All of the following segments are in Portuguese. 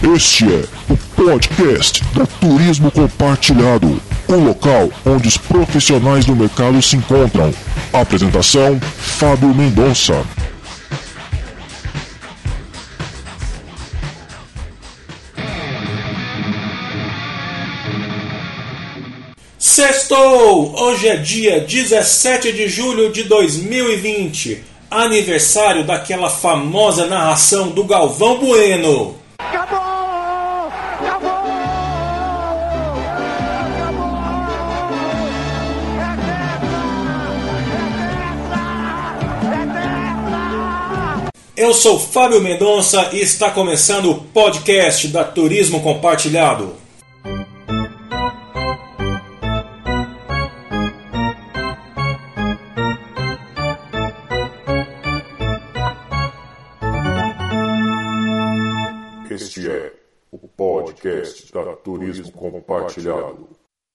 Este é o podcast da Turismo Compartilhado, o local onde os profissionais do mercado se encontram. Apresentação: Fábio Mendonça. Sextou! Hoje é dia 17 de julho de 2020, aniversário daquela famosa narração do Galvão Bueno. Acabou! Acabou! Acabou! É tetra! Eu sou Fábio Mendonça e está começando o podcast da Turismo Compartilhado. Este é o podcast da Turismo Compartilhado.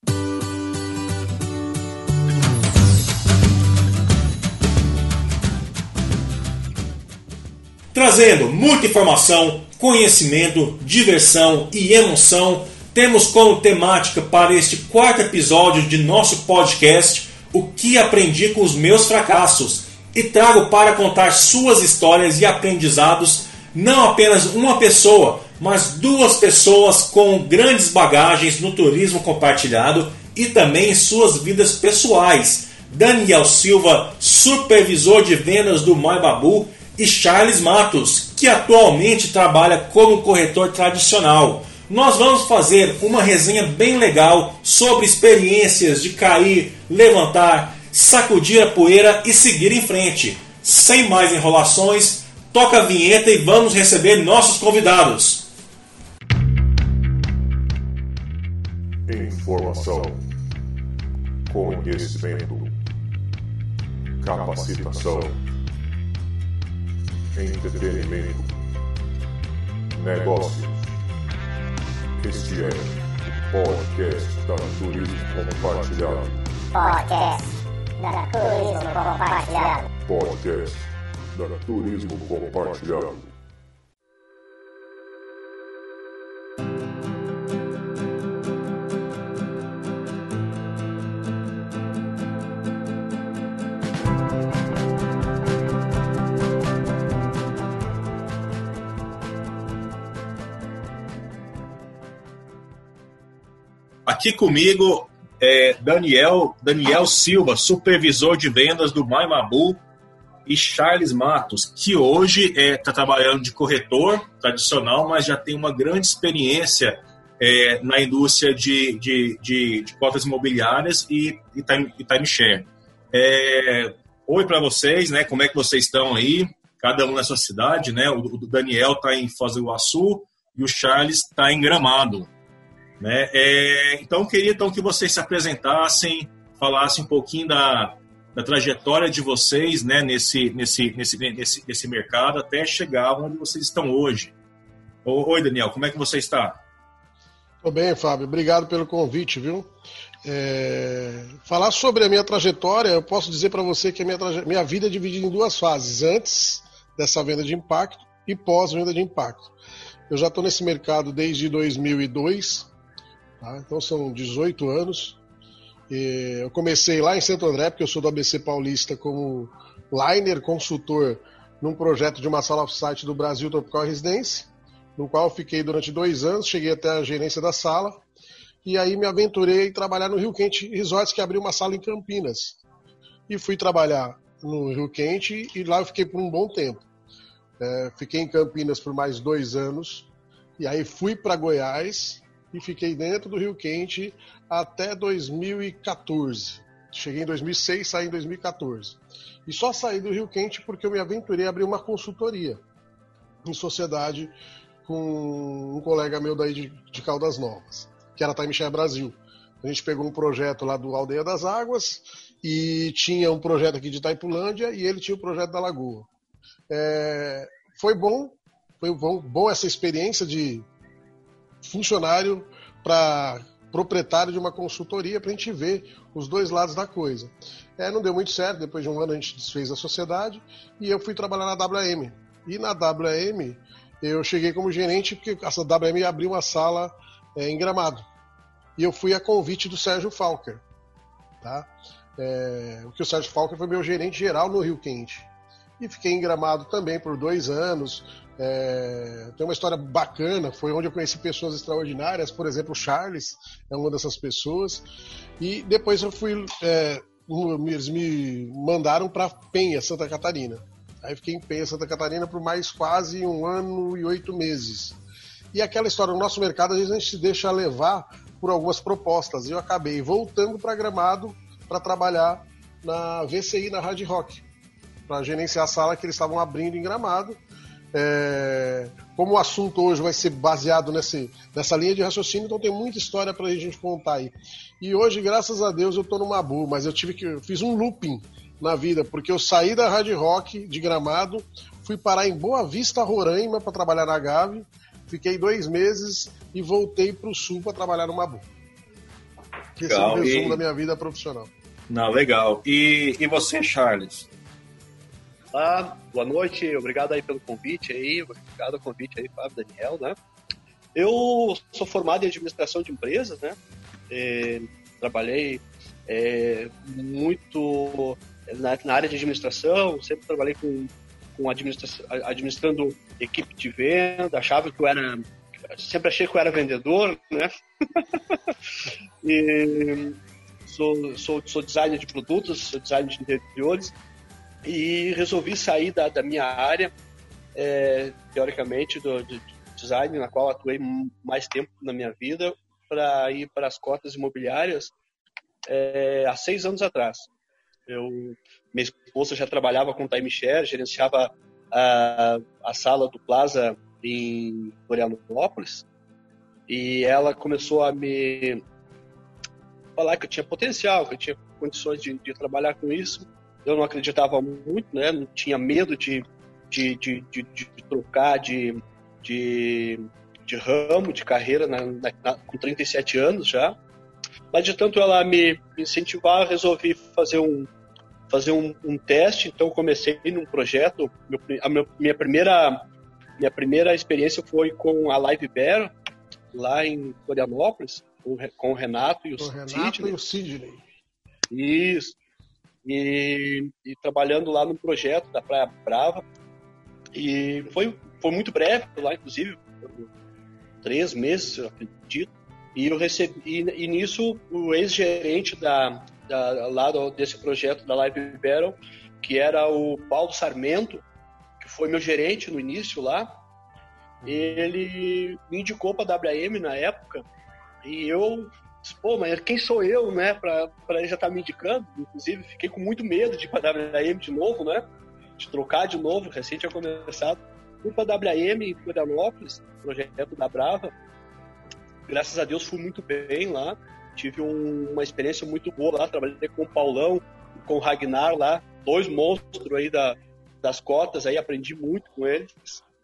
Trazendo muita informação, conhecimento, diversão e emoção, temos como temática para este quarto episódio de nosso podcast o que aprendi com os meus fracassos, e trago para contar suas histórias e aprendizados não apenas uma pessoa, mas duas pessoas com grandes bagagens no turismo compartilhado e também em suas vidas pessoais. Daniel Silva, supervisor de vendas do MyBabu, e Charles Matos, que atualmente trabalha como corretor tradicional. Nós vamos fazer uma resenha bem legal sobre experiências de cair, levantar, sacudir a poeira e seguir em frente. Sem mais enrolações, toca a vinheta e vamos receber nossos convidados. Informação, conhecimento, capacitação, entretenimento, negócios. Este é o podcast da Turismo Compartilhado. Podcast da Turismo Compartilhado. Podcast da Turismo Compartilhado. Aqui comigo é Daniel Silva, supervisor de vendas do MyBabu, e Charles Matos, que hoje está trabalhando de corretor tradicional, mas já tem uma grande experiência na indústria de cotas imobiliárias e timeshare. Oi para vocês, né? Como é que vocês estão aí? Cada um na sua cidade, né? O Daniel está em Foz do Iguaçu e o Charles está em Gramado. Né? Então, queria que vocês se apresentassem, falassem um pouquinho da trajetória de vocês, né, nesse mercado até chegar onde vocês estão hoje. Oi, Daniel, como é que você está? Tô bem, Fábio. Obrigado pelo convite, viu? Falar sobre a minha trajetória, eu posso dizer para você que a minha vida é dividida em duas fases, antes dessa venda de impacto e pós-venda de impacto. Eu já estou nesse mercado desde 2002, tá? Então são 18 anos. Eu comecei lá em Santo André, porque eu sou do ABC Paulista, como liner, consultor num projeto de uma sala off-site do Brasil Tropical Residência, no qual eu fiquei durante 2 anos, cheguei até a gerência da sala, e aí me aventurei em trabalhar no Rio Quente Resorts, que abriu uma sala em Campinas. E fui trabalhar no Rio Quente, e lá eu fiquei por um bom tempo. Fiquei em Campinas por mais 2 anos, e aí fui para Goiás, e fiquei dentro do Rio Quente até 2014. Cheguei em 2006, saí em 2014. E só saí do Rio Quente porque eu me aventurei a abrir uma consultoria em sociedade com um colega meu daí de Caldas Novas, que era Timeshare Brasil. A gente pegou um projeto lá do Aldeia das Águas e tinha um projeto aqui de Itaipulândia e ele tinha o projeto da Lagoa. Foi bom essa experiência de funcionário para proprietário de uma consultoria, para a gente ver os dois lados da coisa. Não deu muito certo, depois de um ano a gente desfez a sociedade e eu fui trabalhar na WM. E na WM eu cheguei como gerente porque a WM abriu uma sala em Gramado. E eu fui a convite do Sérgio Falker. Tá? Porque o Sérgio Falker foi meu gerente geral no Rio Quente. E fiquei em Gramado também por 2 anos. Tem uma história bacana, foi onde eu conheci pessoas extraordinárias, por exemplo, o Charles é uma dessas pessoas. E depois eu fui, eles me mandaram para Penha, Santa Catarina. Aí fiquei em Penha, Santa Catarina por mais quase 1 ano e 8 meses. E aquela história, no nosso mercado, às vezes a gente se deixa levar por algumas propostas. E eu acabei voltando para Gramado para trabalhar na VCI, na Hard Rock, para gerenciar a sala que eles estavam abrindo em Gramado. Como o assunto hoje vai ser baseado nessa linha de raciocínio, então tem muita história para a gente contar aí. E hoje, graças a Deus, eu estou no Mabu, mas eu fiz um looping na vida, porque eu saí da Hard Rock de Gramado, fui parar em Boa Vista, Roraima, para trabalhar na Gave, fiquei 2 meses e voltei para o Sul para trabalhar no Mabu. Esse é o resumo da minha vida profissional. Não, legal. E você, Charles? Boa noite, obrigado aí pelo convite aí, obrigado ao convite aí, Fábio, Daniel, né? Eu sou formado em administração de empresas, né? Trabalhei muito na área de administração, sempre trabalhei com administrando equipe de venda, sempre achei que eu era vendedor, né? E sou designer de produtos, sou designer de interiores, e resolvi sair da minha área, teoricamente, do design, na qual atuei mais tempo na minha vida, para ir para as cotas imobiliárias há 6 anos atrás. Minha esposa já trabalhava com timeshare, gerenciava a sala do Plaza em Florianópolis, e ela começou a me falar que eu tinha potencial, que eu tinha condições de trabalhar com isso. Eu não acreditava muito, né? Não tinha medo de trocar de ramo, de carreira com 37 anos já. Mas de tanto ela me incentivar, eu resolvi fazer um teste. Então comecei num projeto. Minha primeira experiência foi com a Live Bear, lá em Florianópolis, com o Renato e o Sidney. Isso. E trabalhando lá no projeto da Praia Brava. E foi muito breve lá, inclusive, 3 meses, eu acredito. E eu recebi, e nisso o ex-gerente lá desse projeto da Live Battle, que era o Paulo Sarmento, que foi meu gerente no início lá, ele me indicou para a WM na época, e eu disse, mas quem sou eu, né, para ele já estar me indicando? Inclusive, fiquei com muito medo de ir para a WM de novo, né, de trocar de novo, recém tinha começado. Fui para a WM em Florianópolis, projeto da Brava. Graças a Deus fui muito bem lá, tive uma experiência muito boa lá, trabalhei com o Paulão, com o Ragnar lá, 2 monstros aí das cotas, aí aprendi muito com eles.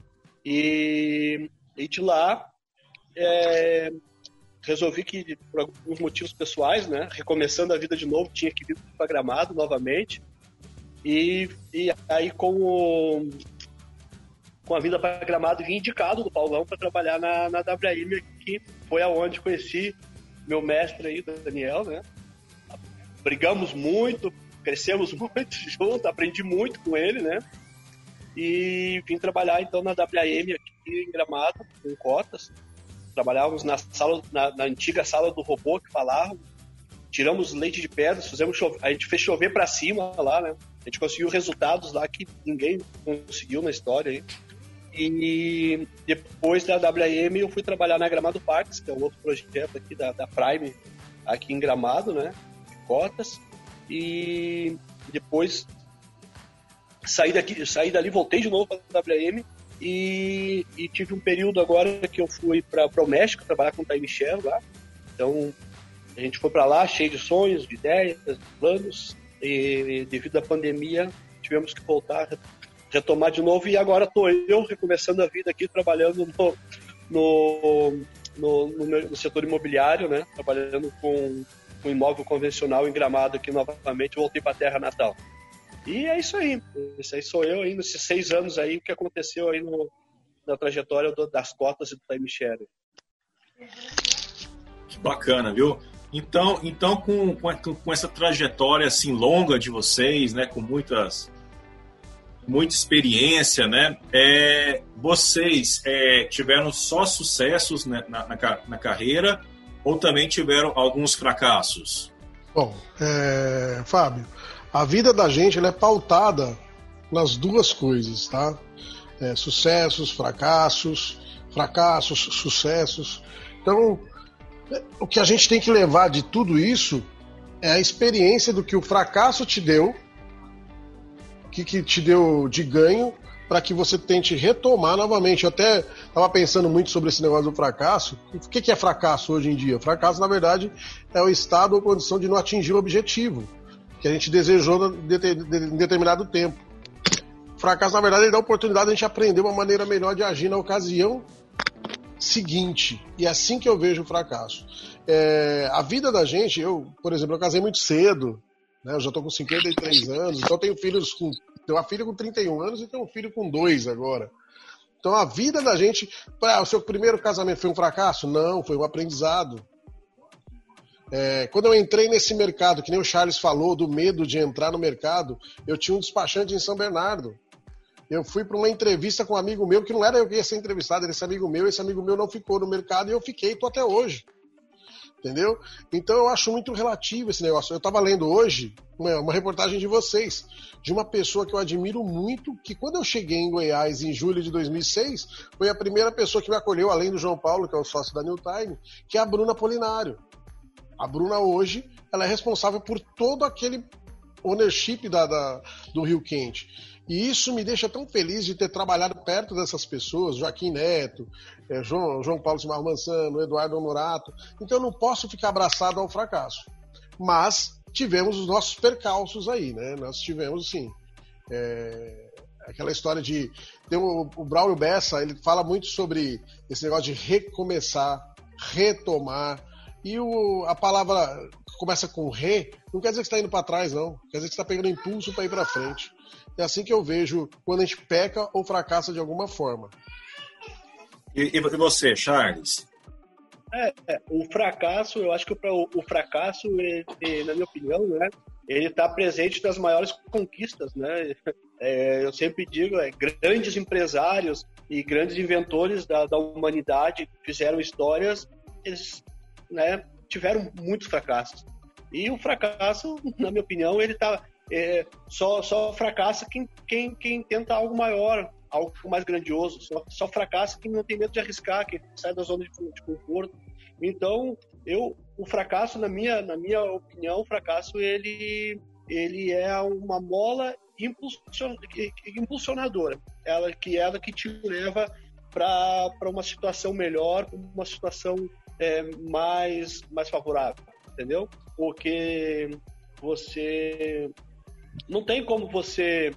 E de lá, resolvi que, por alguns motivos pessoais, né, recomeçando a vida de novo, tinha que vir para Gramado novamente. E aí, com a vinda para Gramado, vim indicado do Paulão para trabalhar na WM, que foi aonde conheci meu mestre aí, Daniel, né? Brigamos muito, crescemos muito junto, aprendi muito com ele, né? E vim trabalhar então na WM aqui em Gramado, com cotas. Trabalhávamos na antiga sala do robô que falavam, tiramos leite de pedra, a gente fez chover para cima lá, né? A gente conseguiu resultados lá que ninguém conseguiu na história aí. E depois da WM eu fui trabalhar na Gramado Parks, que é um outro projeto aqui da Prime, aqui em Gramado, né? Cotas. E depois saí dali, voltei de novo para a WM e tive um período agora que eu fui para o México trabalhar com o timeshare lá. Então a gente foi para lá cheio de sonhos, de ideias, de planos, e devido à pandemia tivemos que voltar, retomar de novo, e agora estou eu recomeçando a vida aqui, trabalhando no setor imobiliário, né? Trabalhando com imóvel convencional em Gramado aqui novamente, voltei para a terra natal. E é isso aí, esse aí sou eu aí, nesses 6 anos aí, o que aconteceu aí na trajetória das cotas e do timeshare. Que bacana, viu? Então com essa trajetória assim longa de vocês, né, com muita experiência, né, vocês tiveram só sucessos, né, na carreira ou também tiveram alguns fracassos? Bom, Fábio, a vida da gente ela é pautada nas duas coisas, tá? Sucessos, fracassos, sucessos. Então, o que a gente tem que levar de tudo isso é a experiência do que o fracasso te deu, o que te deu de ganho, para que você tente retomar novamente. Eu até estava pensando muito sobre esse negócio do fracasso. O que é fracasso hoje em dia? Fracasso, na verdade, é o estado ou condição de não atingir o objetivo que a gente desejou em determinado tempo. Fracasso, na verdade, ele dá a oportunidade de a gente aprender uma maneira melhor de agir na ocasião seguinte. E é assim que eu vejo o fracasso. A vida da gente, por exemplo, eu casei muito cedo, né? Eu já estou com 53 anos, então eu tenho tenho uma filha com 31 anos e tenho um filho com 2 agora. Então a vida da gente, o seu primeiro casamento foi um fracasso? Não, foi um aprendizado. Quando eu entrei nesse mercado, que nem o Charles falou, do medo de entrar no mercado, eu tinha um despachante em São Bernardo. Eu fui para uma entrevista com um amigo meu, que não era eu que ia ser entrevistado, era esse amigo meu não ficou no mercado e eu fiquei, tô até hoje. Entendeu? Então eu acho muito relativo esse negócio. Eu estava lendo hoje uma reportagem de vocês, de uma pessoa que eu admiro muito, que quando eu cheguei em Goiás em julho de 2006, foi a primeira pessoa que me acolheu, além do João Paulo, que é o sócio da New Time, que é a Bruna Polinário. A Bruna hoje, ela é responsável por todo aquele ownership do Rio Quente. E isso me deixa tão feliz de ter trabalhado perto dessas pessoas, Joaquim Neto, João Paulo Cimarro Mansano, Eduardo Honorato. Então eu não posso ficar abraçado ao fracasso. Mas tivemos os nossos percalços aí, né? Nós tivemos, sim, aquela história de... o Braulio Bessa, ele fala muito sobre esse negócio de recomeçar, retomar. E a palavra que começa com não quer dizer que você está indo para trás, não. Quer dizer que você está pegando impulso para ir para frente. É assim que eu vejo quando a gente peca ou fracassa de alguma forma. E você, Charles? O fracasso, eu acho que o fracasso, na minha opinião, né, ele está presente nas maiores conquistas, né? Eu sempre digo, grandes empresários e grandes inventores da humanidade fizeram histórias, eles, né, tiveram muitos fracassos. E o fracasso, na minha opinião, ele está... só fracassa quem tenta algo maior, algo mais grandioso. Só fracassa quem não tem medo de arriscar, quem sai da zona de conforto. Então, o fracasso, na minha opinião, o fracasso ele é uma mola impulsionadora. Ela que te leva para uma situação melhor, uma situação mais favorável, entendeu? Porque você... Não tem como você...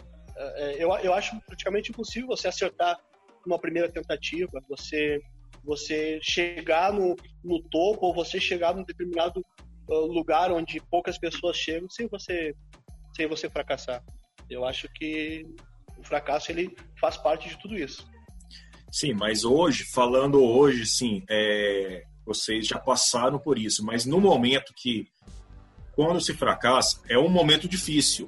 Eu acho praticamente impossível você acertar uma primeira tentativa, você chegar no topo ou você chegar num determinado lugar onde poucas pessoas chegam sem você fracassar. Eu acho que o fracasso ele faz parte de tudo isso. Sim, mas falando hoje, sim, vocês já passaram por isso, mas no momento quando se fracassa, é um momento difícil.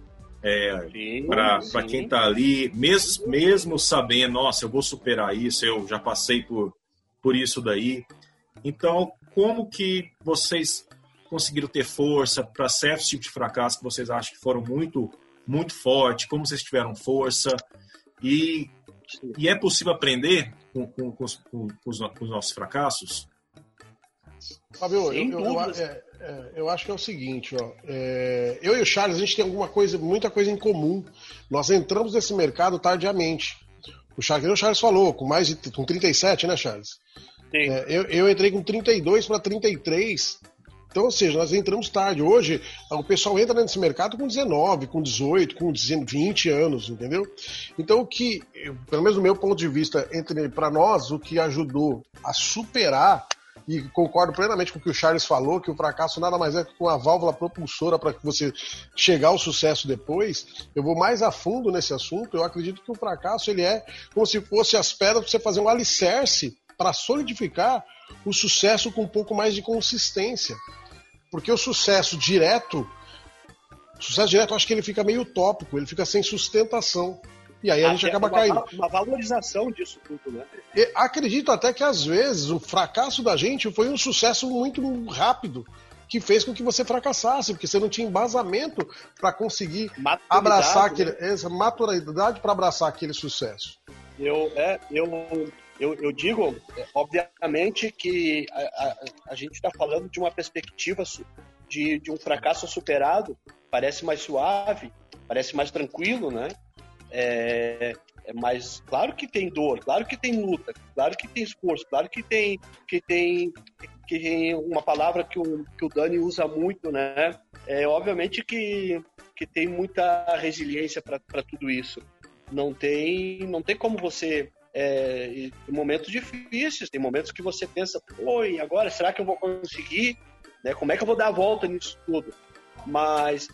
Para quem está ali, mesmo sabendo, nossa, eu vou superar isso, eu já passei por isso daí. Então, como que vocês conseguiram ter força para certos tipos de fracasso que vocês acham que foram muito, muito fortes? Como vocês tiveram força? E é possível aprender com os nossos fracassos? Fábio, eu acho que é o seguinte, ó, eu e o Charles, a gente tem muita coisa em comum. Nós entramos nesse mercado tardiamente. O Charles falou, com 37, né, Charles? Sim. Eu entrei com 32 para 33. Então, ou seja, nós entramos tarde. Hoje, o pessoal entra nesse mercado com 19, com 18, com 20 anos, entendeu? Então, pelo menos do meu ponto de vista, para nós, o que ajudou a superar e concordo plenamente com o que o Charles falou, que o fracasso nada mais é que uma válvula propulsora para que você chegar ao sucesso depois. Eu vou mais a fundo nesse assunto. Eu acredito que o fracasso ele é como se fosse as pedras para você fazer um alicerce para solidificar o sucesso com um pouco mais de consistência. Porque o sucesso direto eu acho que ele fica meio utópico, ele fica sem sustentação. E aí a gente acaba caindo. Uma valorização disso tudo, né? E acredito até que às vezes o fracasso da gente foi um sucesso muito rápido, que fez com que você fracassasse, porque você não tinha embasamento para conseguir abraçar essa maturidade para abraçar aquele sucesso. Eu digo, obviamente, que a gente está falando de uma perspectiva de um fracasso superado, parece mais suave, parece mais tranquilo, né? Mas claro que tem dor, claro que tem luta, claro que tem esforço, claro que tem uma palavra que o Dani usa muito, né? Obviamente que tem muita resiliência para tudo isso. Não tem como você... em momentos difíceis, tem momentos que você pensa, e agora, será que eu vou conseguir? Né? Como é que eu vou dar a volta nisso tudo? Mas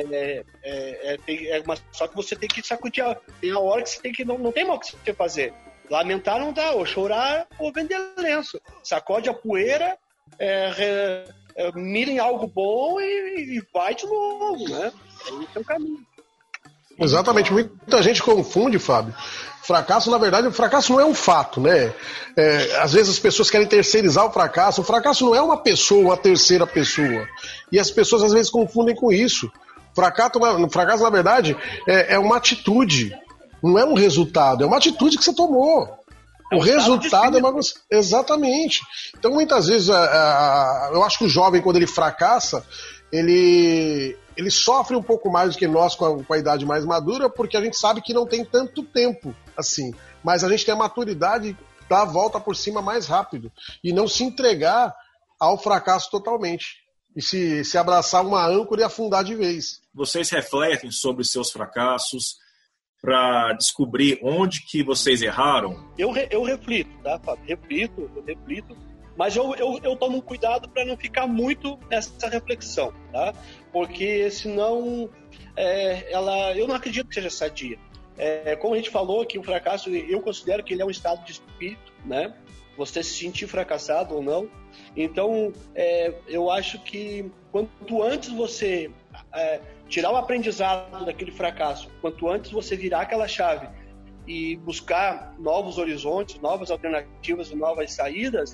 só que você tem que sacudir. Tem a hora que você tem que não tem mal o que você fazer. Lamentar não dá, ou chorar ou vender lenço. Sacode a poeira, mira em algo bom e vai de novo, né? Esse é o caminho. Exatamente, muita gente confunde, Fábio. Fracasso, na verdade, o fracasso não é um fato, né? Às vezes as pessoas querem terceirizar o fracasso não é uma pessoa, uma terceira pessoa. E as pessoas às vezes confundem com isso. Fracasso, na verdade, é uma atitude, não é um resultado, é uma atitude que você tomou. O resultado é uma... Exatamente. Então, muitas vezes, eu acho que o jovem, quando ele fracassa, ele sofre um pouco mais do que nós com a idade mais madura, porque a gente sabe que não tem tanto tempo assim. Mas a gente tem a maturidade de dar a volta por cima mais rápido e não se entregar ao fracasso totalmente. E se abraçar uma âncora e afundar de vez. Vocês refletem sobre seus fracassos para descobrir onde que vocês erraram? Eu reflito, tá, Fábio? Eu reflito. Mas eu tomo cuidado para não ficar muito nessa reflexão, tá? Porque senão eu não acredito que seja sadia. Como a gente falou que o fracasso, eu considero que ele é um estado de espírito, né? Você se sentir fracassado ou não. Então, eu acho que quanto antes você tirar o aprendizado daquele fracasso, quanto antes você virar aquela chave e buscar novos horizontes, novas alternativas e novas saídas,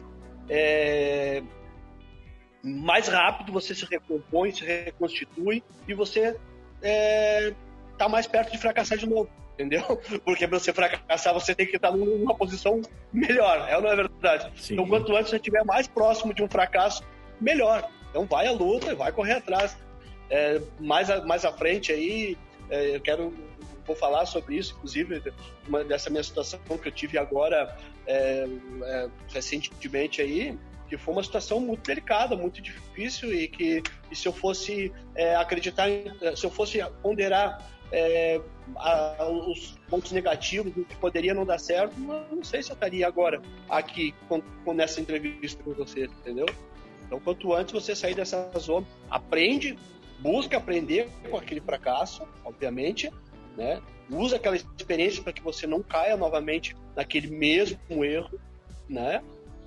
mais rápido você se recompõe, se reconstitui e você tá mais perto de fracassar de novo, entendeu? Porque para você fracassar você tem que estar numa posição melhor, ou não é verdade? Sim. Então quanto antes você estiver mais próximo de um fracasso, melhor. Então vai à luta e vai correr atrás. Mais à frente aí, vou falar sobre isso, inclusive dessa minha situação que eu tive agora recentemente aí, que foi uma situação muito delicada, muito difícil e se eu fosse se eu fosse ponderar os pontos negativos do que poderia não dar certo, não sei se eu estaria agora aqui nessa entrevista com você, entendeu? Então quanto antes você sair dessa zona, busca aprender com aquele fracasso, obviamente, né? Usa aquela experiência para que você não caia novamente naquele mesmo erro, né?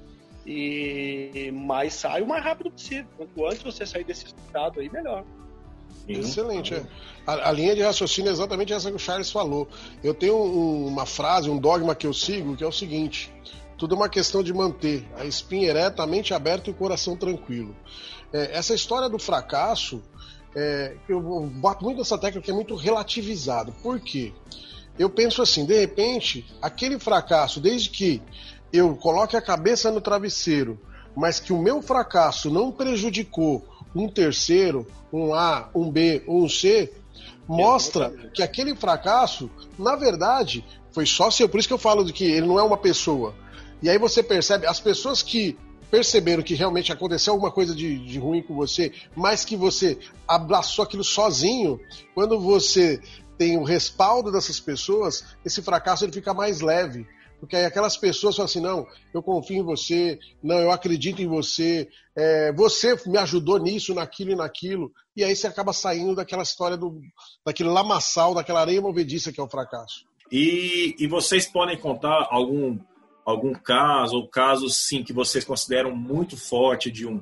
Mas sai o mais rápido possível. Quanto antes você sair desse estado aí, melhor. Excelente. A linha de raciocínio é exatamente essa que o Charles falou. Eu tenho uma frase, um dogma que eu sigo, que é o seguinte: tudo é uma questão de manter a espinha ereta, a mente aberta e o coração tranquilo. Essa história do fracasso, eu boto muito nessa tecla que é muito relativizado. Por quê? Eu penso assim, de repente, aquele fracasso, desde que eu coloque a cabeça no travesseiro, mas que o meu fracasso não prejudicou um terceiro, um A, um B ou um C, mostra que aquele fracasso, na verdade, foi só seu. Por isso que eu falo de que ele não é uma pessoa. E aí você percebe, as pessoas que perceberam que realmente aconteceu alguma coisa de ruim com você, mas que você abraçou aquilo sozinho, quando você tem o respaldo dessas pessoas, esse fracasso ele fica mais leve. Porque aí aquelas pessoas falam assim, não, eu confio em você, não, eu acredito em você, você me ajudou nisso, naquilo e naquilo, e aí você acaba saindo daquela história, daquele lamaçal, daquela areia movediça que é o fracasso. E vocês podem contar algum caso, ou casos sim, que vocês consideram muito forte de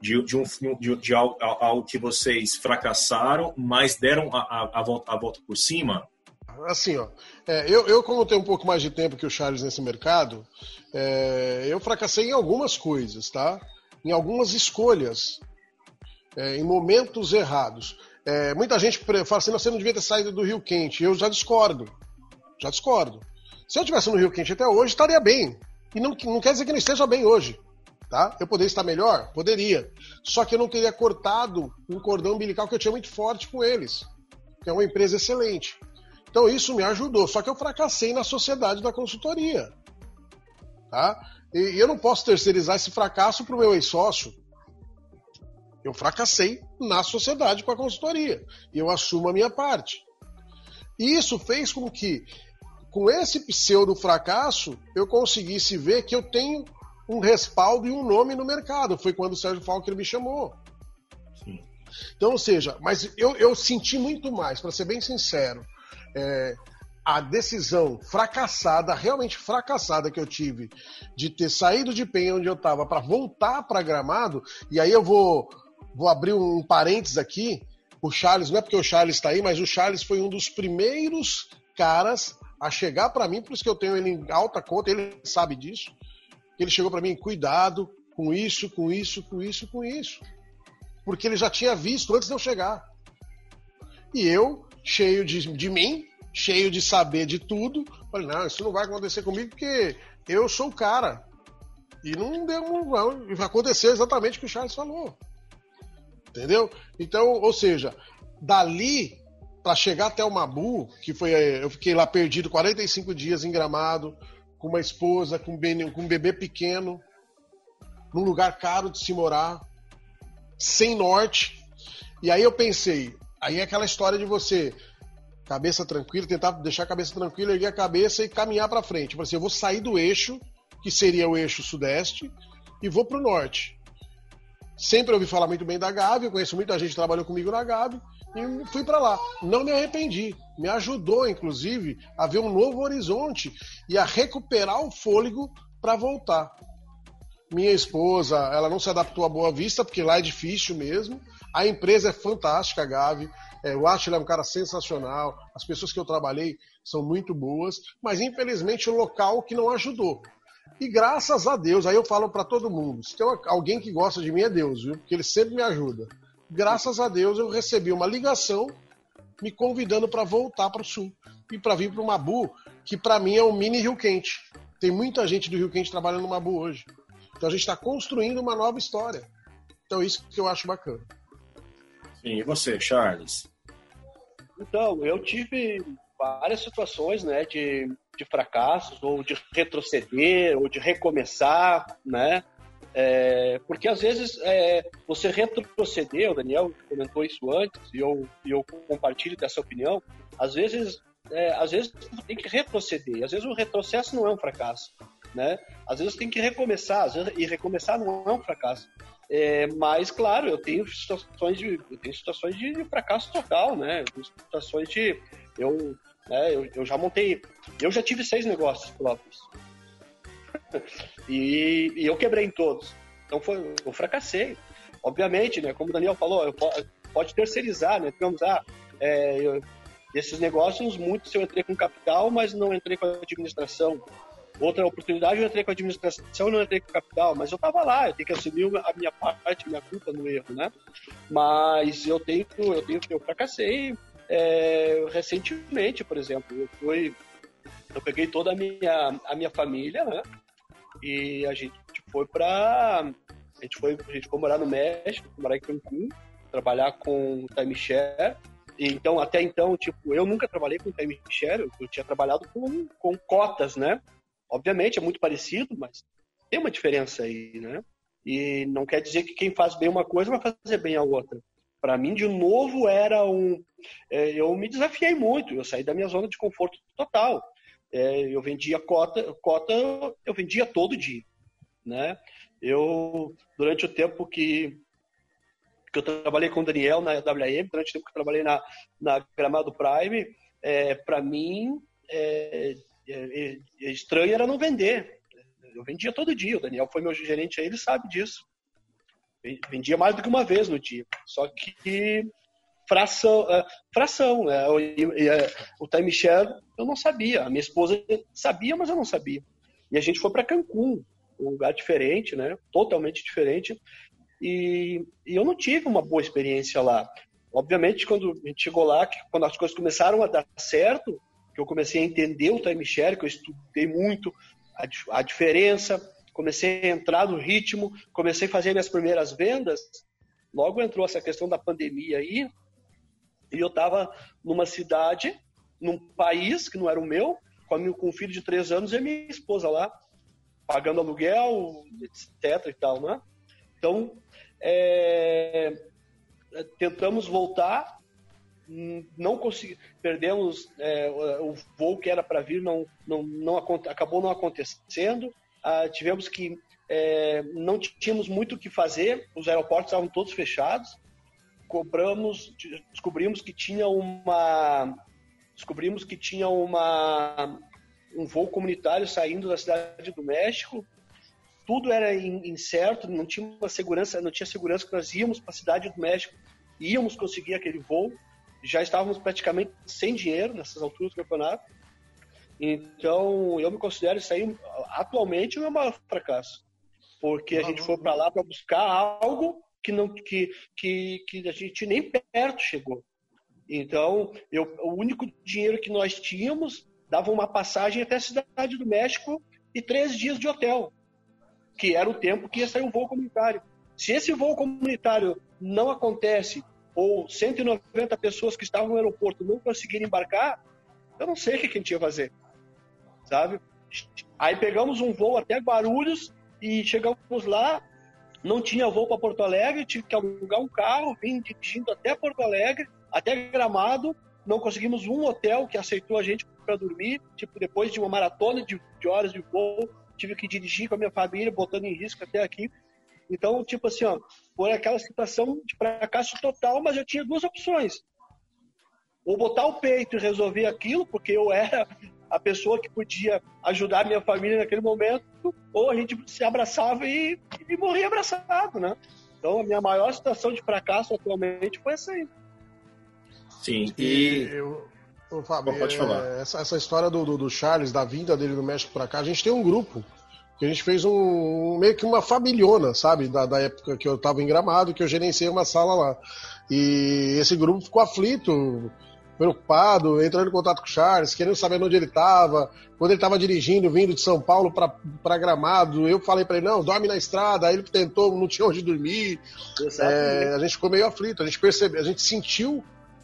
algo que vocês fracassaram, mas deram a volta por cima? Assim, ó, eu como tenho um pouco mais de tempo que o Charles nesse mercado, eu fracassei em algumas coisas, tá? Em algumas escolhas, em momentos errados. Muita gente fala assim, você não devia ter saído do Rio Quente. Eu já discordo. Se eu estivesse no Rio Quente até hoje, estaria bem. E não quer dizer que não esteja bem hoje. Tá? Eu poderia estar melhor? Poderia. Só que eu não teria cortado um cordão umbilical que eu tinha muito forte com eles. Que é uma empresa excelente. Então isso me ajudou. Só que eu fracassei na sociedade da consultoria. Tá? E eu não posso terceirizar esse fracasso para o meu ex-sócio. Eu fracassei na sociedade com a consultoria. E eu assumo a minha parte. E isso fez com que, com esse pseudo-fracasso, eu conseguisse ver que eu tenho um respaldo e um nome no mercado. Foi quando o Sérgio Falker me chamou. Sim. Então, ou seja, mas eu senti muito mais, para ser bem sincero, a decisão fracassada, realmente fracassada que eu tive de ter saído de Penha onde eu estava para voltar para Gramado, e aí eu vou abrir um parênteses aqui, o Charles, não é porque o Charles está aí, mas o Charles foi um dos primeiros caras a chegar para mim, por isso que eu tenho ele em alta conta, ele sabe disso. Ele chegou para mim, cuidado com isso. Porque ele já tinha visto antes de eu chegar. E eu, cheio de mim, cheio de saber de tudo, falei, não, isso não vai acontecer comigo porque eu sou o cara. E não aconteceu exatamente o que o Charles falou. Entendeu? Então, ou seja, dali para chegar até o Mabu, que foi, eu fiquei lá perdido 45 dias em Gramado, com uma esposa, com um bebê pequeno, num lugar caro de se morar, sem norte. E aí eu pensei, aí é aquela história de você, cabeça tranquila, tentar deixar a cabeça tranquila, erguer a cabeça e caminhar para frente. Eu falei assim, eu vou sair do eixo, que seria o eixo sudeste, e vou para o norte. Sempre ouvi falar muito bem da Gavi, eu conheço muita gente que trabalhou comigo na Gavi, e fui para lá. Não me arrependi. Me ajudou, inclusive, a ver um novo horizonte e a recuperar o fôlego para voltar. Minha esposa, ela não se adaptou à Boa Vista, porque lá é difícil mesmo. A empresa é fantástica, a Gavi. O Átila é um cara sensacional. As pessoas que eu trabalhei são muito boas. Mas, infelizmente, o local que não ajudou. E graças a Deus, aí eu falo para todo mundo, se tem alguém que gosta de mim é Deus, viu? Porque ele sempre me ajuda. Graças a Deus eu recebi uma ligação me convidando para voltar para o sul e para vir para o Mabu, que para mim é um mini Rio Quente. Tem muita gente do Rio Quente trabalhando no Mabu hoje. Então a gente está construindo uma nova história. Então isso que eu acho bacana. Sim, e você, Charles? Então, eu tive várias situações, né, de fracassos, ou de retroceder, ou de recomeçar, né? Porque às vezes você retroceder, o Daniel comentou isso antes, e eu compartilho dessa opinião, às vezes tem que retroceder, às vezes o retrocesso não é um fracasso, né? Às vezes tem que recomeçar, e recomeçar não é um fracasso. Mas, claro, eu tenho situações de fracasso total, né? Situações de... Eu já montei... Eu já tive 6 negócios próprios. E eu quebrei em todos. Então eu fracassei. Obviamente, né? Como o Daniel falou, pode terceirizar, né? Digamos, esses negócios, muitos eu entrei com capital, mas não entrei com a administração. Outra oportunidade, eu entrei com a administração e não entrei com capital, mas eu estava lá, eu tenho que assumir a minha parte, a minha culpa no erro, né? Mas eu fracassei recentemente, por exemplo. Eu peguei toda a minha família, né? E a gente foi morar no México, morar em Cancún, trabalhar com timeshare. Então, até então, eu nunca trabalhei com timeshare, eu tinha trabalhado com cotas, né? Obviamente é muito parecido, mas tem uma diferença aí, né? E não quer dizer que quem faz bem uma coisa vai fazer bem a outra. Para mim, de novo, eu me desafiei muito, eu saí da minha zona de conforto total. Eu vendia cota eu vendia todo dia, né? Durante o tempo que eu trabalhei com o Daniel na WM, durante o tempo que eu trabalhei na Gramado Prime, para mim, estranho era não vender. Eu vendia todo dia, o Daniel foi meu gerente aí, ele sabe disso. Vendia mais do que uma vez no dia. Só que fração, né? O timeshare eu não sabia. A minha esposa sabia, mas eu não sabia. E a gente foi para Cancún, um lugar diferente, né? Totalmente diferente. E eu não tive uma boa experiência lá. Obviamente, quando a gente chegou lá, quando as coisas começaram a dar certo, que eu comecei a entender o timeshare, que eu estudei muito a diferença, comecei a entrar no ritmo, comecei a fazer minhas primeiras vendas, logo entrou essa questão da pandemia aí, e eu estava numa cidade, num país que não era o meu, com um filho de 3 anos e a minha esposa lá, pagando aluguel, etc. e tal, né? Então, tentamos voltar, não consegui, perdemos o voo que era para vir, acabou não acontecendo. Tivemos que não tínhamos muito o que fazer, os aeroportos estavam todos fechados. Descobrimos que tinha um voo comunitário saindo da Cidade do México. Tudo era incerto, não tinha segurança que nós íamos para a Cidade do México, íamos conseguir aquele voo. Já estávamos praticamente sem dinheiro nessas alturas do campeonato. Então, eu me considero isso aí atualmente o meu maior fracasso. Porque a gente foi para lá para buscar algo que a gente nem perto chegou. Então, o único dinheiro que nós tínhamos dava uma passagem até a Cidade do México e 3 dias de hotel, que era o tempo que ia sair um voo comunitário. Se esse voo comunitário não acontece, ou 190 pessoas que estavam no aeroporto não conseguirem embarcar, eu não sei o que a gente ia fazer, sabe? Aí pegamos um voo até Guarulhos e chegamos lá, não tinha voo para Porto Alegre, tive que alugar um carro, vim dirigindo até Porto Alegre, até Gramado, não conseguimos um hotel que aceitou a gente para dormir, depois de uma maratona de horas de voo, tive que dirigir com a minha família, botando em risco até aqui. Então, por aquela situação de fracasso total, mas eu tinha 2 opções. Ou botar o peito e resolver aquilo, porque eu era a pessoa que podia ajudar a minha família naquele momento, ou a gente se abraçava e morria abraçado, né? Então, a minha maior situação de fracasso atualmente foi essa aí. Sim, Fábio, pode falar. Essa história do Charles, da vinda dele do México para cá, a gente tem um grupo que a gente fez meio que uma familhona, sabe? Da época que eu estava em Gramado, que eu gerenciei uma sala lá. E esse grupo ficou aflito, preocupado, entrando em contato com o Charles, querendo saber onde ele estava. Quando ele estava dirigindo, vindo de São Paulo para Gramado, eu falei para ele, não, dorme na estrada. Aí ele tentou, não tinha onde dormir. A gente ficou meio aflito, a gente percebeu, a gente sentiu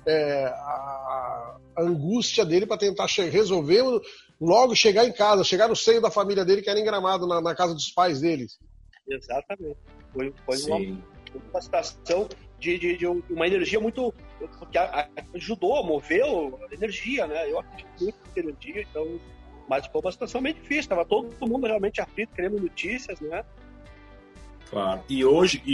a angústia dele para tentar resolver, logo chegar em casa, chegar no seio da família dele, que era em Gramado, na casa dos pais deles. Exatamente. Foi uma situação de uma energia muito... que ajudou, moveu a energia, né? Eu acredito muito na energia, então... Mas foi uma situação bem difícil, estava todo mundo realmente aflito, querendo notícias, né? Claro. E hoje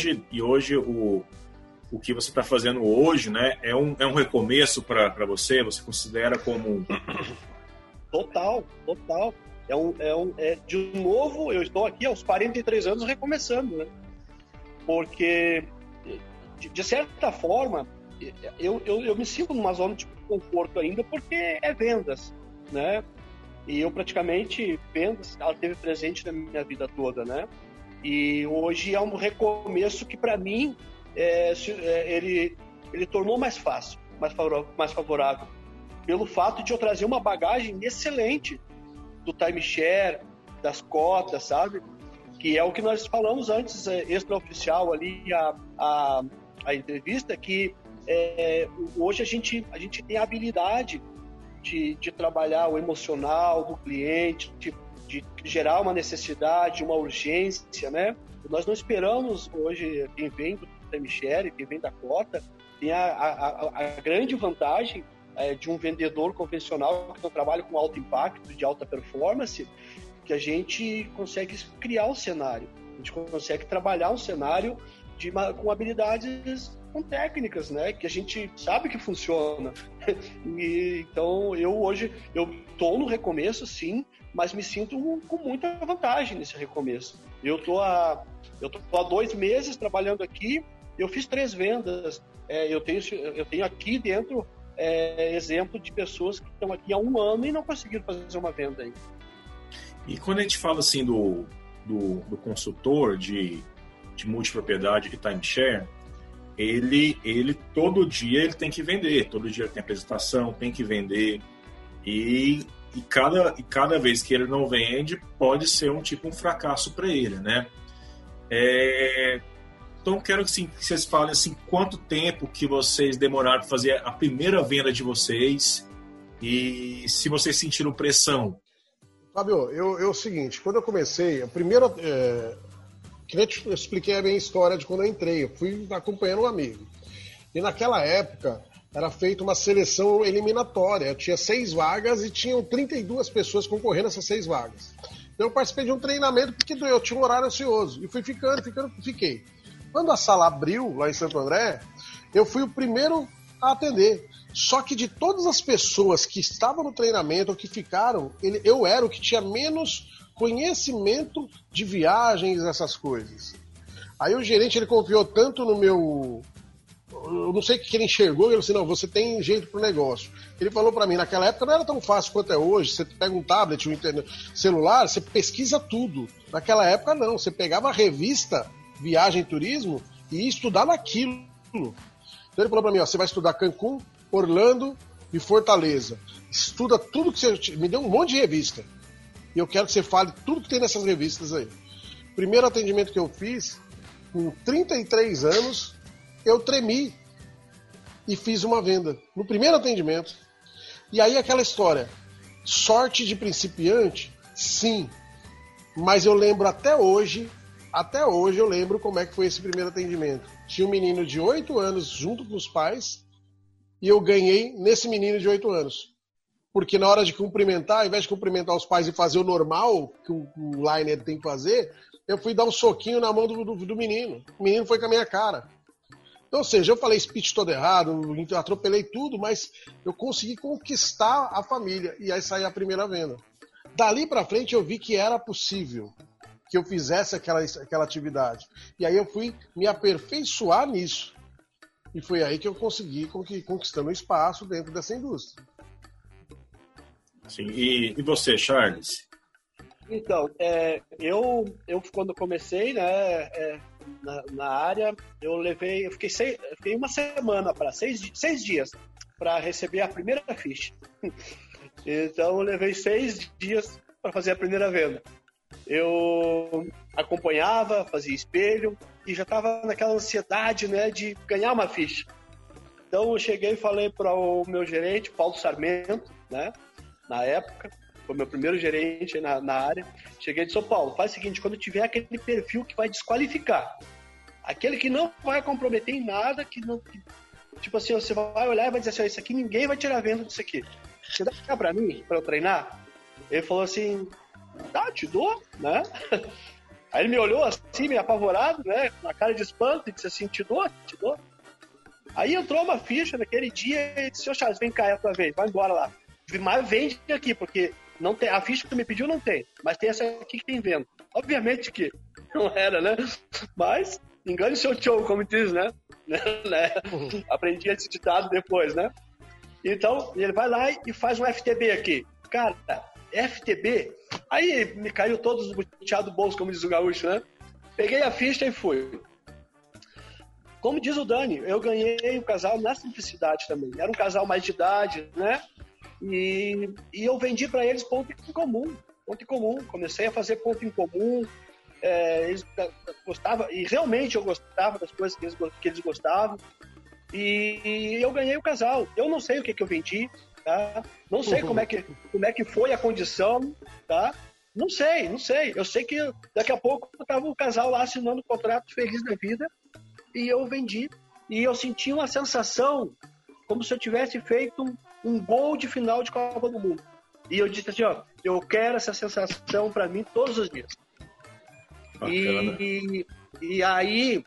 o que você está fazendo hoje, né, é um recomeço para você? Você considera como... Total. De novo, eu estou aqui aos 43 anos recomeçando, né? Porque, de certa forma, eu me sinto numa zona de conforto ainda, porque é vendas, né? E eu praticamente, vendas, ela esteve presente na minha vida toda, né? E hoje é um recomeço que, para mim, ele tornou mais fácil, mais favorável, pelo fato de eu trazer uma bagagem excelente do timeshare, das cotas, sabe? Que é o que nós falamos antes, extraoficial ali, a entrevista, que hoje a gente tem a habilidade de trabalhar o emocional do cliente, de gerar uma necessidade, uma urgência, né? Nós não esperamos hoje quem vem do timeshare, quem vem da cota, tem a grande vantagem de um vendedor convencional que eu trabalho com alto impacto, de alta performance, que a gente consegue criar um cenário, a gente consegue trabalhar um cenário com habilidades, com técnicas, né, que a gente sabe que funciona. Então eu hoje estou no recomeço, sim, mas me sinto com muita vantagem nesse recomeço. Eu tô há 2 meses trabalhando aqui, eu fiz 3 vendas. Eu tenho aqui dentro exemplo de pessoas que estão aqui há 1 ano e não conseguiram fazer uma venda ainda. E quando a gente fala assim do consultor de multipropriedade e timeshare, ele todo dia ele tem que vender, todo dia ele tem apresentação, tem que vender, e cada vez que ele não vende pode ser um fracasso para ele, né? Então quero que vocês falem assim, quanto tempo que vocês demoraram para fazer a primeira venda de vocês e se vocês sentiram pressão. Fábio, é o seguinte, quando eu comecei, a primeira... que eu te expliquei a minha história de quando eu entrei, eu fui acompanhando um amigo. E naquela época era feita uma seleção eliminatória, eu tinha 6 vagas e tinham 32 pessoas concorrendo a essas 6 vagas. Então eu participei de um treinamento porque eu tinha um horário ansioso e fui fiquei. Quando a sala abriu lá em Santo André, eu fui o primeiro a atender. Só que de todas as pessoas que estavam no treinamento ou que ficaram, eu era o que tinha menos conhecimento de viagens, essas coisas. Aí o gerente ele confiou tanto no meu... Eu não sei o que ele enxergou, ele disse, não, você tem jeito pro negócio. Ele falou para mim, naquela época não era tão fácil quanto é hoje, você pega um tablet, um celular, você pesquisa tudo. Naquela época não, você pegava a revista Viagem e Turismo e ia estudar naquilo. Então ele falou para mim, você vai estudar Cancún, Orlando e Fortaleza. Estuda tudo que você... Me deu um monte de revista. E eu quero que você fale tudo que tem nessas revistas aí. Primeiro atendimento que eu fiz, com 33 anos, eu tremi e fiz uma venda. No primeiro atendimento. E aí aquela história, sorte de principiante, sim. Mas eu lembro até hoje eu lembro como é que foi esse primeiro atendimento. Tinha um menino de 8 anos junto com os pais e eu ganhei nesse menino de 8 anos. Porque na hora de cumprimentar, ao invés de cumprimentar os pais e fazer o normal, que o liner tem que fazer, eu fui dar um soquinho na mão do menino. O menino foi com a minha cara. Então, ou seja, eu falei speech todo errado, atropelei tudo, mas eu consegui conquistar a família. E aí saiu a primeira venda. Dali pra frente eu vi que era possível que eu fizesse aquela atividade. E aí eu fui me aperfeiçoar nisso. E foi aí que eu consegui conquistando um espaço dentro dessa indústria. Sim. E você, Charles? Então, eu quando comecei, né, na área, eu fiquei uma semana para 6 dias para receber a primeira ficha. Então eu levei 6 dias para fazer a primeira venda. Eu acompanhava, fazia espelho e já estava naquela ansiedade, né, de ganhar uma ficha. Então eu cheguei e falei para o meu gerente, Paulo Sarmento, né, na época, foi meu primeiro gerente na área. Cheguei e disse, Paulo, faz o seguinte, quando tiver aquele perfil que vai desqualificar, aquele que não vai comprometer em nada, tipo assim, você vai olhar e vai dizer assim, isso aqui ninguém vai tirar venda disso aqui. Você dá pra mim, pra eu treinar? Ele falou assim, tá, te dou, né? Aí ele me olhou assim, meio apavorado, né, com uma cara de espanto, e disse assim, te dou. Aí entrou uma ficha naquele dia e disse, Charles, vem cá, é a tua vez, vai embora lá. Mas vende aqui, porque não tem, a ficha que tu me pediu não tem, mas tem essa aqui que tem venda. Obviamente que não era, né? Mas engane o seu show, como diz, né? Aprendi esse ditado depois, né? Então, ele vai lá e faz um FTB aqui. Cara, FTB, aí me caiu todos os buteados do bolso, como diz o gaúcho, né? Peguei a ficha e fui. Como diz o Dani, eu ganhei o casal na simplicidade também. Era um casal mais de idade, né? E eu vendi para eles ponto em comum. Comecei a fazer ponto em comum. Eles gostavam, e realmente eu gostava das coisas que eles gostavam. E eu ganhei o casal. Eu não sei o que eu vendi, tá? Não sei como é que foi a condição, tá? Não sei. Eu sei que daqui a pouco estava o casal lá assinando o contrato feliz da vida e eu vendi. E eu senti uma sensação como se eu tivesse feito um gol de final de Copa do Mundo. E eu disse assim, ó, eu quero essa sensação para mim todos os dias. E aí,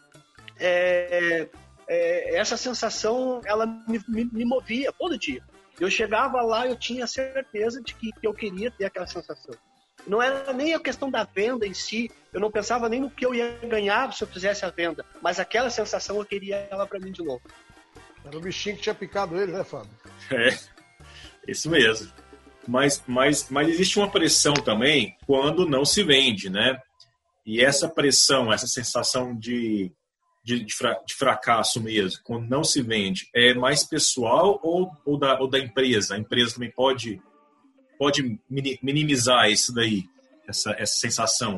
essa sensação, ela me movia todo dia. Eu chegava lá, eu tinha certeza de que eu queria ter aquela sensação. Não era nem a questão da venda em si, eu não pensava nem no que eu ia ganhar se eu fizesse a venda, mas aquela sensação eu queria ela para mim de novo. Era o bichinho que tinha picado ele, né, Fábio? Isso mesmo. Mas existe uma pressão também quando não se vende, né? E essa pressão, essa sensação de fracasso mesmo, quando não se vende, é mais pessoal ou da empresa? A empresa também pode minimizar isso daí, essa sensação?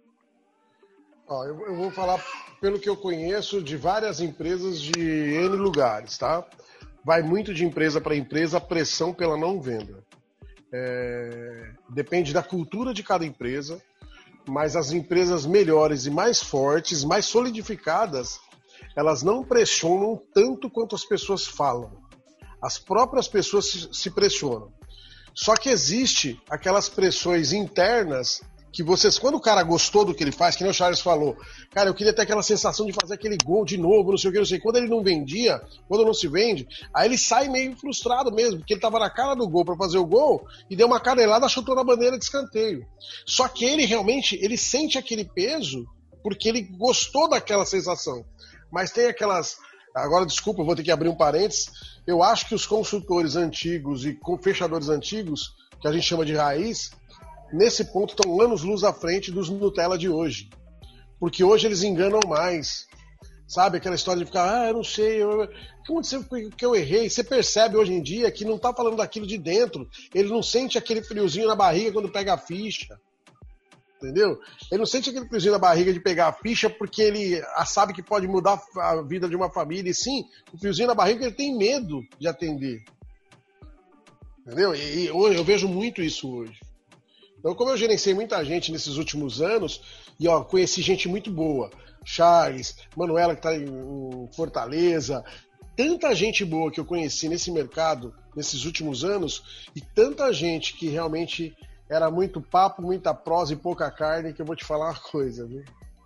Eu vou falar pelo que eu conheço de várias empresas de N lugares, tá? Vai muito de empresa para empresa a pressão pela não venda. Depende da cultura de cada empresa, mas as empresas melhores e mais fortes, mais solidificadas, elas não pressionam tanto quanto as pessoas falam. As próprias pessoas se pressionam. Só que existe aquelas pressões internas que vocês, quando o cara gostou do que ele faz, que nem o Charles falou, cara, eu queria ter aquela sensação de fazer aquele gol de novo, não sei o que, não sei. Quando ele não vendia, quando não se vende, aí ele sai meio frustrado mesmo, porque ele tava na cara do gol para fazer o gol e deu uma canelada, chutou na bandeira de escanteio. Só que ele realmente, ele sente aquele peso porque ele gostou daquela sensação. Mas tem aquelas... Agora, desculpa, eu vou ter que abrir um parênteses. Eu acho que os consultores antigos e fechadores antigos, que a gente chama de raiz, nesse ponto estão anos-luz à frente dos Nutella de hoje. Porque hoje eles enganam mais. Sabe, aquela história de ficar, eu não sei, o que aconteceu que eu errei? Você percebe hoje em dia que não está falando daquilo de dentro. Ele não sente aquele friozinho na barriga quando pega a ficha. Entendeu? Ele não sente aquele friozinho na barriga de pegar a ficha porque ele sabe que pode mudar a vida de uma família. E sim, o friozinho na barriga ele tem medo de atender. Entendeu? E eu vejo muito isso hoje. Então, como eu gerenciei muita gente nesses últimos anos, e conheci gente muito boa, Charles, Manuela que está em Fortaleza, tanta gente boa que eu conheci nesse mercado, nesses últimos anos, e tanta gente que realmente era muito papo, muita prosa e pouca carne, que eu vou te falar uma coisa, viu?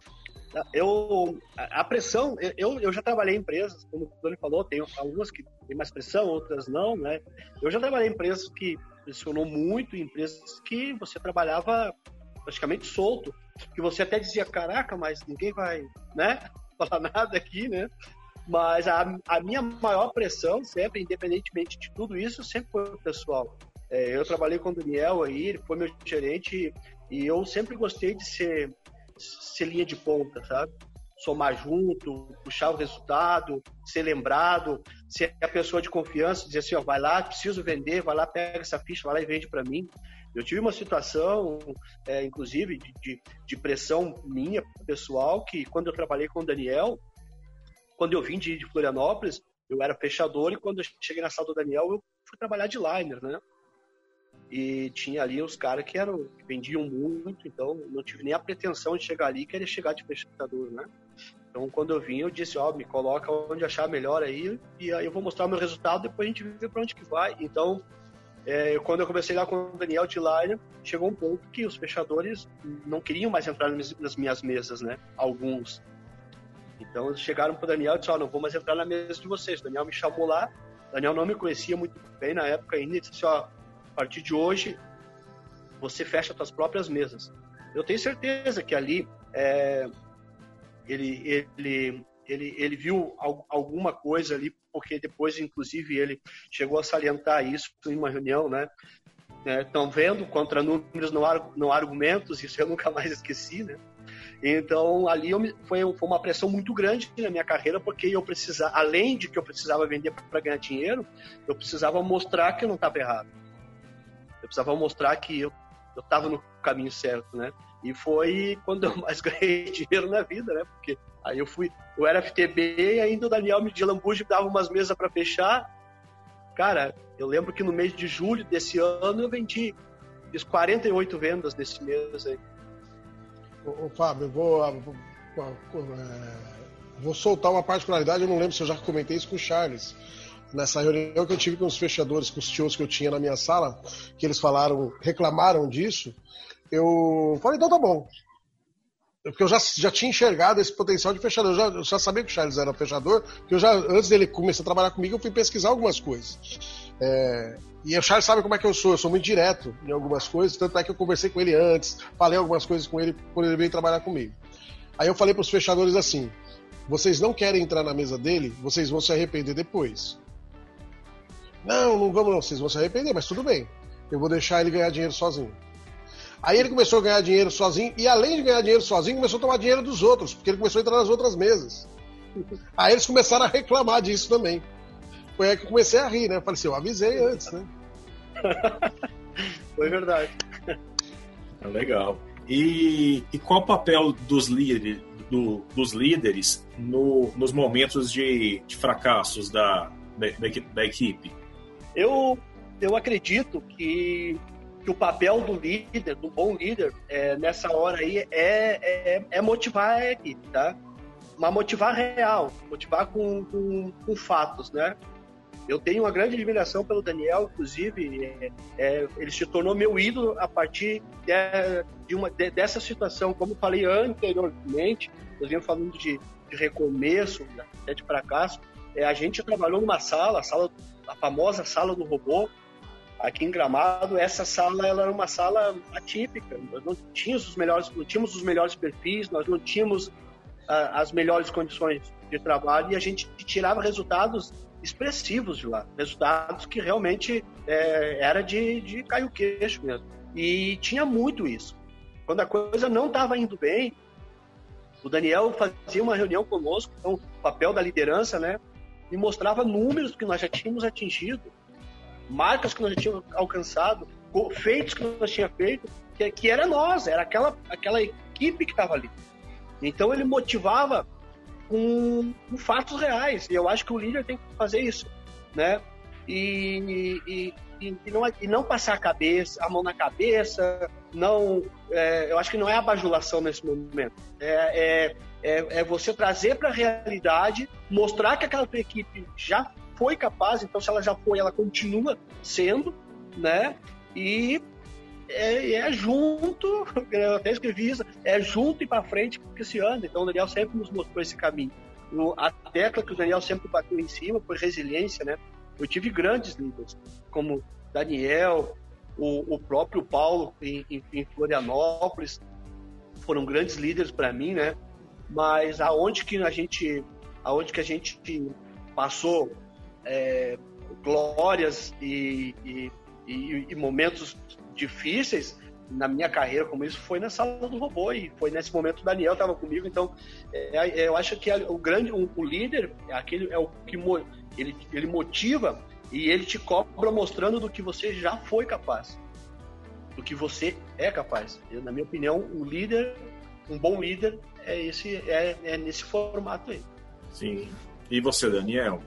A pressão, eu já trabalhei em empresas, como o Tony falou, tem algumas que tem mais pressão, outras não, né? Eu já trabalhei em empresas que pressionou muito, em empresas que você trabalhava praticamente solto, que você até dizia, caraca, mas ninguém vai, né, falar nada aqui, né? Mas a minha maior pressão, sempre, independentemente de tudo isso, sempre foi o pessoal. Eu trabalhei com o Daniel aí, ele foi meu gerente, e eu sempre gostei de ser linha de ponta, sabe? Somar junto, puxar o resultado, ser lembrado, ser a pessoa de confiança, dizer assim, vai lá, preciso vender, vai lá, pega essa ficha, vai lá e vende para mim. Eu tive uma situação, inclusive, de pressão minha, pessoal, que quando eu trabalhei com o Daniel, quando eu vim de Florianópolis, eu era fechador, e quando eu cheguei na sala do Daniel, eu fui trabalhar de liner, né? E tinha ali os caras que vendiam muito, então não tive nem a pretensão de chegar ali e querer chegar de fechador, né? Então, quando eu vim, eu disse, me coloca onde achar melhor aí, e aí eu vou mostrar o meu resultado, depois a gente vê para onde que vai. Então, quando eu comecei lá com o Daniel de liner, chegou um ponto que os fechadores não queriam mais entrar nas minhas mesas, né? Alguns. Então, eles chegaram pro Daniel e disseram, não vou mais entrar na mesa de vocês. O Daniel me chamou lá, o Daniel não me conhecia muito bem na época ainda, e disse assim, a partir de hoje, você fecha suas próprias mesas. Eu tenho certeza que ali ele viu alguma coisa ali, porque depois, inclusive, ele chegou a salientar isso em uma reunião, né? Estão vendo, contra números não há argumentos, isso eu nunca mais esqueci, né? Então, ali foi uma pressão muito grande na minha carreira, porque além de que eu precisava vender para ganhar dinheiro, eu precisava mostrar que eu não estava errado. Eu precisava mostrar que eu estava no caminho certo, né? E foi quando eu mais ganhei dinheiro na vida, né? Porque aí eu era FTB e ainda o Daniel de Lambuja me dava umas mesas para fechar. Cara, eu lembro que no mês de julho desse ano eu fiz 48 vendas nesse mês aí. Ô Fábio, eu vou soltar uma particularidade, eu não lembro se eu já comentei isso com o Charles. nessa reunião que eu tive com os fechadores, com os tios que eu tinha na minha sala, que eles reclamaram disso, eu falei, então tá bom. Porque eu já tinha enxergado esse potencial de fechador. Eu já sabia que o Charles era fechador, porque antes dele começar a trabalhar comigo, eu fui pesquisar algumas coisas. E o Charles sabe como é que eu sou muito direto em algumas coisas, tanto é que eu conversei com ele antes, falei algumas coisas com ele quando ele veio trabalhar comigo. Aí eu falei para os fechadores assim, vocês não querem entrar na mesa dele, vocês vão se arrepender depois. Não vamos não, vocês vão se arrepender, mas tudo bem, eu vou deixar ele ganhar dinheiro sozinho. Aí ele começou a ganhar dinheiro sozinho, e além de ganhar dinheiro sozinho, começou a tomar dinheiro dos outros, porque ele começou a entrar nas outras mesas. Aí eles começaram a reclamar disso também. Foi aí que eu comecei a rir, né? Eu falei assim, eu avisei antes, né? Foi verdade. Legal. E qual o papel dos líderes nos momentos de fracassos da equipe? Eu acredito que o papel do líder, do bom líder, nessa hora aí é motivar a equipe, tá? Mas motivar real, motivar com fatos, né? Eu tenho uma grande admiração pelo Daniel, inclusive, ele se tornou meu ídolo a partir dessa situação. Como falei anteriormente, nós vimos falando de recomeço, até de fracasso. A gente trabalhou numa sala, a famosa sala do robô, aqui em Gramado. Essa sala ela era uma sala atípica. Nós não tínhamos os melhores perfis, nós não tínhamos as melhores condições de trabalho, e a gente tirava resultados expressivos de lá, resultados que realmente era de cair o queixo mesmo. E tinha muito isso. Quando a coisa não estava indo bem, o Daniel fazia uma reunião conosco, então, o papel da liderança, né, e mostrava números que nós já tínhamos atingido, marcas que nós já tínhamos alcançado, feitos que nós tínhamos feito, que era nós, era aquela equipe que estava ali. Então ele motivava com fatos reais, e eu acho que o líder tem que fazer isso, né? E não passar a mão na cabeça, eu acho que não é a bajulação nesse momento, é você trazer para a realidade, mostrar que aquela tua equipe já foi capaz, então se ela já foi, ela continua sendo, né? E junto, eu até escrevi isso, junto e para frente que se anda. Então o Daniel sempre nos mostrou esse caminho. A tecla que o Daniel sempre bateu em cima foi resiliência, né? Eu tive grandes líderes, como Daniel, o próprio Paulo em Florianópolis, foram grandes líderes para mim, né? Mas aonde que a gente passou glórias e momentos difíceis na minha carreira como isso foi na sala do robô, e foi nesse momento que o Daniel estava comigo. Então eu acho que o líder é o que ele motiva, e ele te cobra mostrando do que você já foi capaz, do que você é capaz. Na minha opinião, um bom líder é nesse formato aí. Sim. E você, Daniel?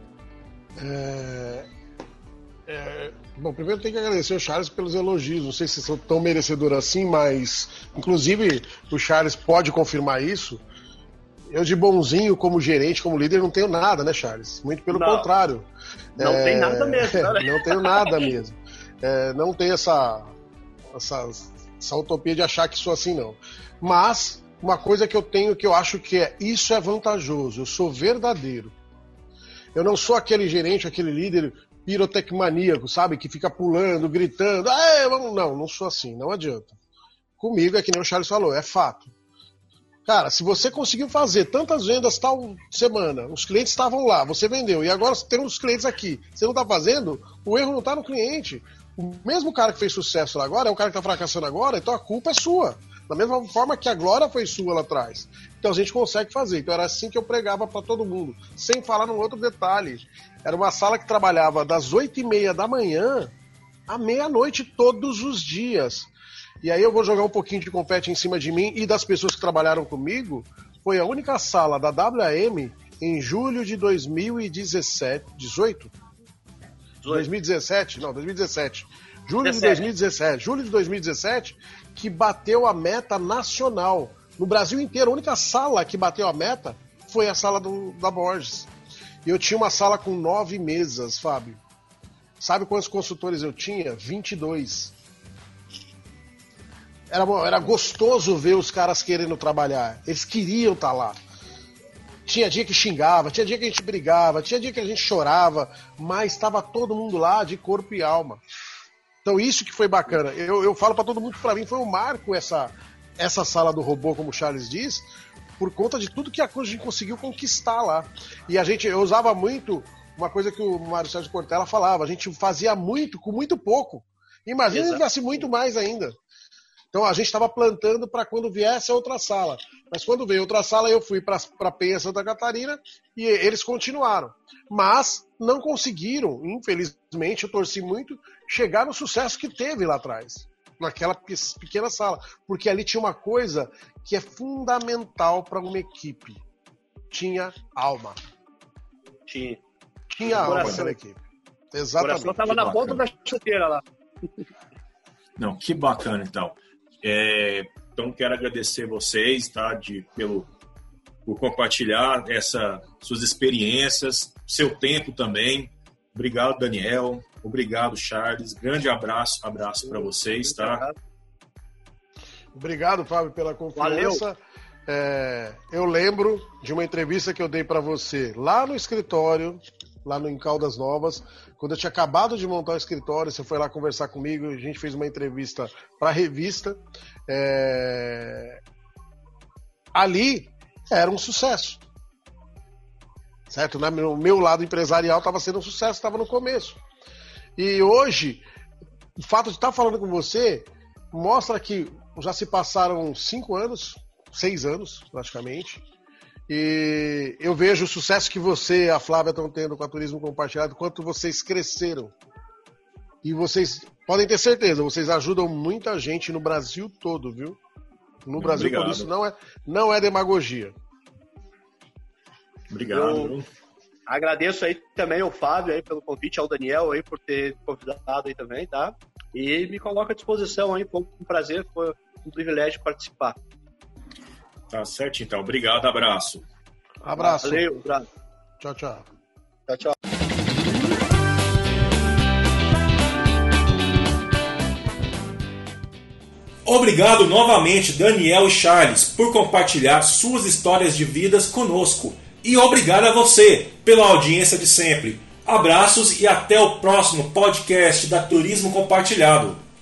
Bom, primeiro tem que agradecer o Charles pelos elogios. Não sei se sou tão merecedor assim, mas inclusive o Charles pode confirmar isso. Eu de bonzinho, como gerente, como líder, não tenho nada, né, Charles? Muito pelo contrário. Não tem nada mesmo, né? Não tenho nada mesmo. Não tenho essa utopia de achar que sou assim, não. Mas uma coisa que eu tenho, que eu acho que isso é vantajoso. Eu sou verdadeiro. Eu não sou aquele gerente, aquele líder pirotecmaníaco, sabe? Que fica pulando, gritando. Não sou assim, não adianta. Comigo é que nem o Charles falou, é fato. Cara, se você conseguiu fazer tantas vendas tal semana, os clientes estavam lá, você vendeu, e agora tem uns clientes aqui, você não está fazendo, o erro não está no cliente. O mesmo cara que fez sucesso lá agora é o cara que está fracassando agora, então a culpa é sua. Da mesma forma que a glória foi sua lá atrás. Então a gente consegue fazer. Então era assim que eu pregava para todo mundo. Sem falar num outro detalhe. Era uma sala que trabalhava das 8h30 da manhã à meia-noite todos os dias. E aí eu vou jogar um pouquinho de confete em cima de mim e das pessoas que trabalharam comigo. Foi a única sala da WM em julho de 2017. 2017. Julho de 2017, que bateu a meta nacional. No Brasil inteiro, a única sala que bateu a meta foi a sala da Borges. E eu tinha uma sala com 9 mesas, Fábio. Sabe quantos consultores eu tinha? 22. Era gostoso ver os caras querendo trabalhar. Eles queriam estar lá. Tinha dia que xingava, tinha dia que a gente brigava, tinha dia que a gente chorava, mas estava todo mundo lá de corpo e alma. Então isso que foi bacana. Eu falo para todo mundo que para mim foi um marco essa sala do robô, como o Charles diz, por conta de tudo que a gente conseguiu conquistar lá. E eu usava muito uma coisa que o Mário Sérgio Cortella falava, a gente fazia muito com muito pouco. Imagina se tivesse muito mais ainda. Então a gente estava plantando para quando viesse a outra sala. Mas quando veio outra sala, eu fui para Penha, Santa Catarina, e eles continuaram. Mas não conseguiram, infelizmente, eu torci muito, chegar no sucesso que teve lá atrás, naquela pequena sala. Porque ali tinha uma coisa que é fundamental para uma equipe. Tinha alma. Tinha alma naquela equipe. Exatamente. O coração estava na ponta da chuteira lá. Não, que bacana, então. Então, quero agradecer vocês, tá, por compartilhar suas experiências, seu tempo também. Obrigado, Daniel. Obrigado, Charles. Grande abraço para vocês, tá? Obrigado, Fábio, pela confiança. Eu lembro de uma entrevista que eu dei para você lá no escritório, lá em Caldas Novas, quando eu tinha acabado de montar o escritório, você foi lá conversar comigo, a gente fez uma entrevista para a revista. Ali era um sucesso, certo? No meu lado empresarial estava sendo um sucesso, estava no começo. E hoje, o fato de estar falando com você mostra que já se passaram 5 anos, 6 anos praticamente, e eu vejo o sucesso que você e a Flávia estão tendo com a Turismo Compartilhado, quanto vocês cresceram. E vocês podem ter certeza, vocês ajudam muita gente no Brasil todo, viu? No Brasil todo, isso não é demagogia. Obrigado. Eu agradeço aí também ao Fábio aí pelo convite, ao Daniel aí por ter convidado aí também, tá? E me coloco à disposição aí, foi um prazer, foi um privilégio participar. Tá certo, então. Obrigado, abraço. Abraço. Valeu, abraço. Tchau, tchau. Tchau, tchau. Obrigado novamente, Daniel e Charles, por compartilhar suas histórias de vidas conosco. E obrigado a você pela audiência de sempre. Abraços e até o próximo podcast da Turismo Compartilhado.